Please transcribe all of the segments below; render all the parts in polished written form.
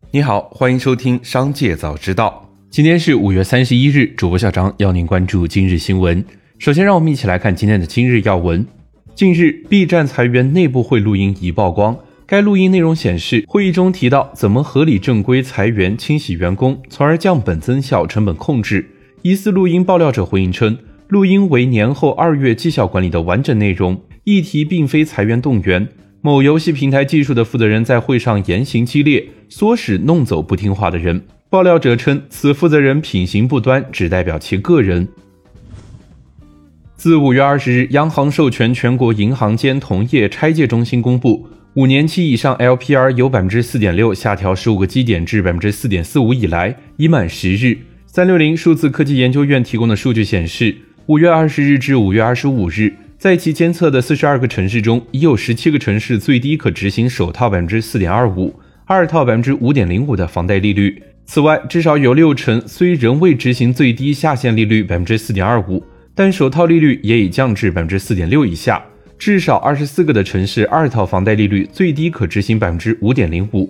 你好，欢迎收听商界早知道。今天是5月31日，主播小张要您关注今日新闻。首先让我们一起来看今天的今日要闻。近日 B 站裁员内部会录音已曝光，该录音内容显示，会议中提到怎么合理正规裁员清洗员工，从而降本增效成本控制。疑似录音爆料者回应称，录音为年后2月绩效管理的完整内容，议题并非裁员动员。某游戏平台技术的负责人在会上言行激烈，唆使弄走不听话的人。爆料者称，此负责人品行不端，只代表其个人。自5月20日，央行授权全国银行间同业拆借中心公布，5年期以上 LPR 由 4.6% 下调15个基点至 4.45% 以来，已满10日。360数字科技研究院提供的数据显示，5月20日至5月25日，在其监测的42个城市中，已有17个城市最低可执行首套 4.25%、二套 5.05% 的房贷利率。此外，至少有6成虽仍未执行最低下限利率 4.25%， 但首套利率也已降至 4.6% 以下。至少24个的城市二套房贷利率最低可执行 5.05%。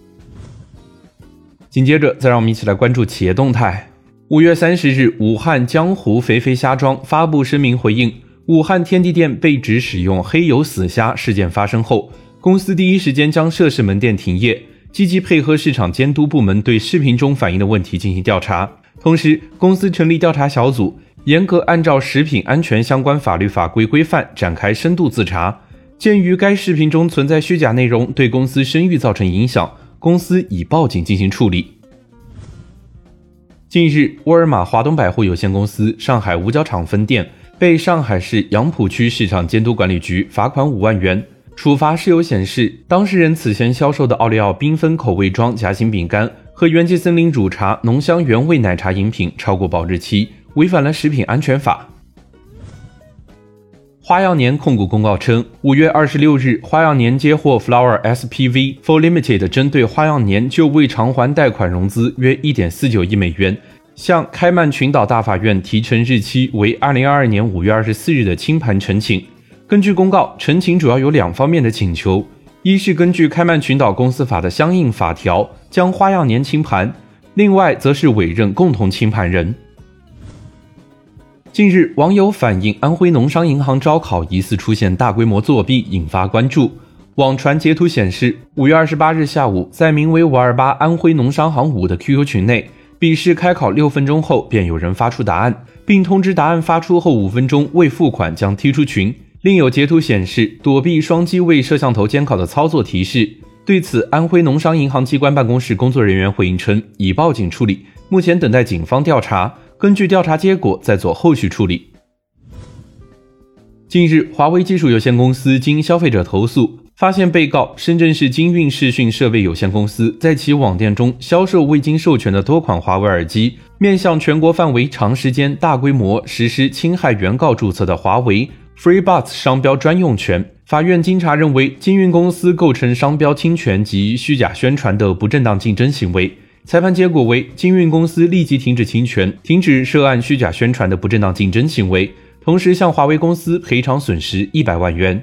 紧接着再让我们一起来关注企业动态。5月30日，武汉江湖肥肥虾庄发布声明回应武汉天地店被指使用黑油死虾事件发生后，公司第一时间将涉事门店停业，积极配合市场监督部门对视频中反映的问题进行调查。同时，公司成立调查小组，严格按照食品安全相关法律法规规范展开深度自查。鉴于该视频中存在虚假内容，对公司声誉造成影响，公司已报警进行处理。近日，沃尔玛华东百货有限公司上海五角场分店被上海市杨浦区市场监督管理局罚款5万元。处罚事由显示，当事人此前销售的奥利奥缤纷口味装夹心饼干和元气森林乳茶浓香原味奶茶饮品超过保质期，违反了食品安全法。花样年控股公告称，5月26日，花样年接获 Flower SPV for Limited 针对花样年就未偿还贷款融资约 1.49 亿美元，向开曼群岛大法院提呈日期为2022年5月24日的清盘陈请。根据公告，陈请主要有2方面的请求，一是根据开曼群岛公司法的相应法条将花样年清盘，另外则是委任共同清盘人。近日，网友反映安徽农商银行招考疑似出现大规模作弊，引发关注。网传截图显示，5月28日下午，在名为528安徽农商行5的 QQ 群内，笔试开考6分钟后便有人发出答案，并通知答案发出后5分钟未付款将踢出群。另有截图显示躲避双机位摄像头监考的操作提示。对此，安徽农商银行机关办公室工作人员回应称，已报警处理，目前等待警方调查，根据调查结果再做后续处理。近日，华为技术有限公司经消费者投诉，发现被告深圳市金运视讯设备有限公司在其网店中销售未经授权的多款华为耳机，面向全国范围长时间大规模实施侵害原告注册的华为 FreeBuds 商标专用权。法院经查认为，金运公司构成商标侵权及虚假宣传的不正当竞争行为。裁判结果为，金运公司立即停止侵权，停止涉案虚假宣传的不正当竞争行为，同时向华为公司赔偿损失100万元。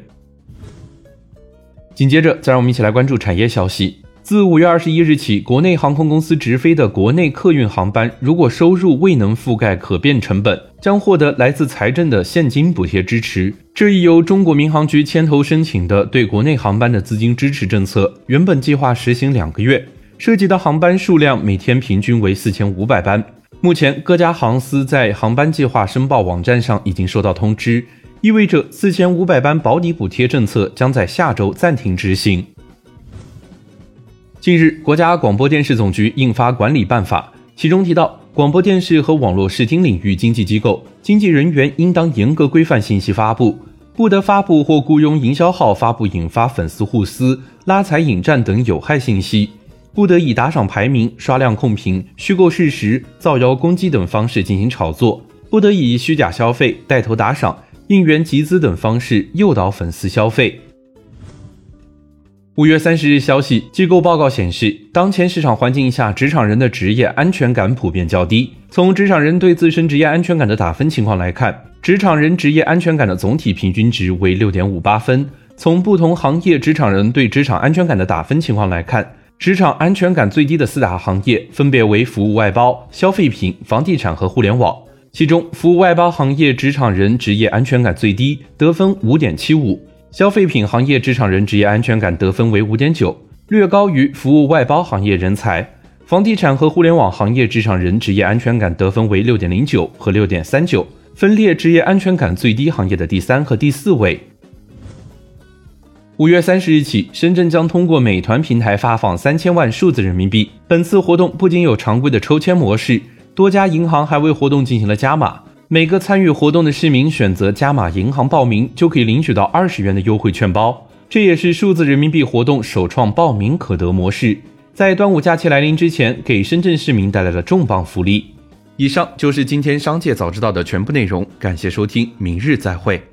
紧接着，再让我们一起来关注产业消息。自5月21日起，国内航空公司直飞的国内客运航班，如果收入未能覆盖可变成本，将获得来自财政的现金补贴支持。这一由中国民航局牵头申请的对国内航班的资金支持政策，原本计划实行2个月，涉及的航班数量每天平均为4500班。目前各家航司在航班计划申报网站上已经收到通知，意味着4500班保底补贴政策将在下周暂停执行。近日，国家广播电视总局印发管理办法，其中提到，广播电视和网络视听领域经纪机构经纪人员应当严格规范信息发布，不得发布或雇佣营销号发布引发粉丝互撕、拉踩引战等有害信息，不得以打赏排名、刷量控评、虚构事实、造谣攻击等方式进行炒作，不得以虚假消费、带头打赏、应援集资等方式诱导粉丝消费。5月30日消息，机构报告显示，当前市场环境下，职场人的职业安全感普遍较低。从职场人对自身职业安全感的打分情况来看，职场人职业安全感的总体平均值为 6.58 分。从不同行业职场人对职场安全感的打分情况来看， 职场安全感最低的4大行业分别为服务外包、消费品、房地产和互联网。其中，服务外包行业职场人职业安全感最低，得分 5.75； 消费品行业职场人职业安全感得分为 5.9， 略高于服务外包行业人才。房地产和互联网行业职场人职业安全感得分为 6.09 和 6.39， 分列职业安全感最低行业的第3和第4位。5月30日起，深圳将通过美团平台发放3000万数字人民币。本次活动不仅有常规的抽签模式，多家银行还为活动进行了加码。每个参与活动的市民选择加码银行报名，就可以领取到20元的优惠券包。这也是数字人民币活动首创报名可得模式，在端午假期来临之前，给深圳市民带来了重磅福利。以上就是今天商界早知道的全部内容，感谢收听，明日再会。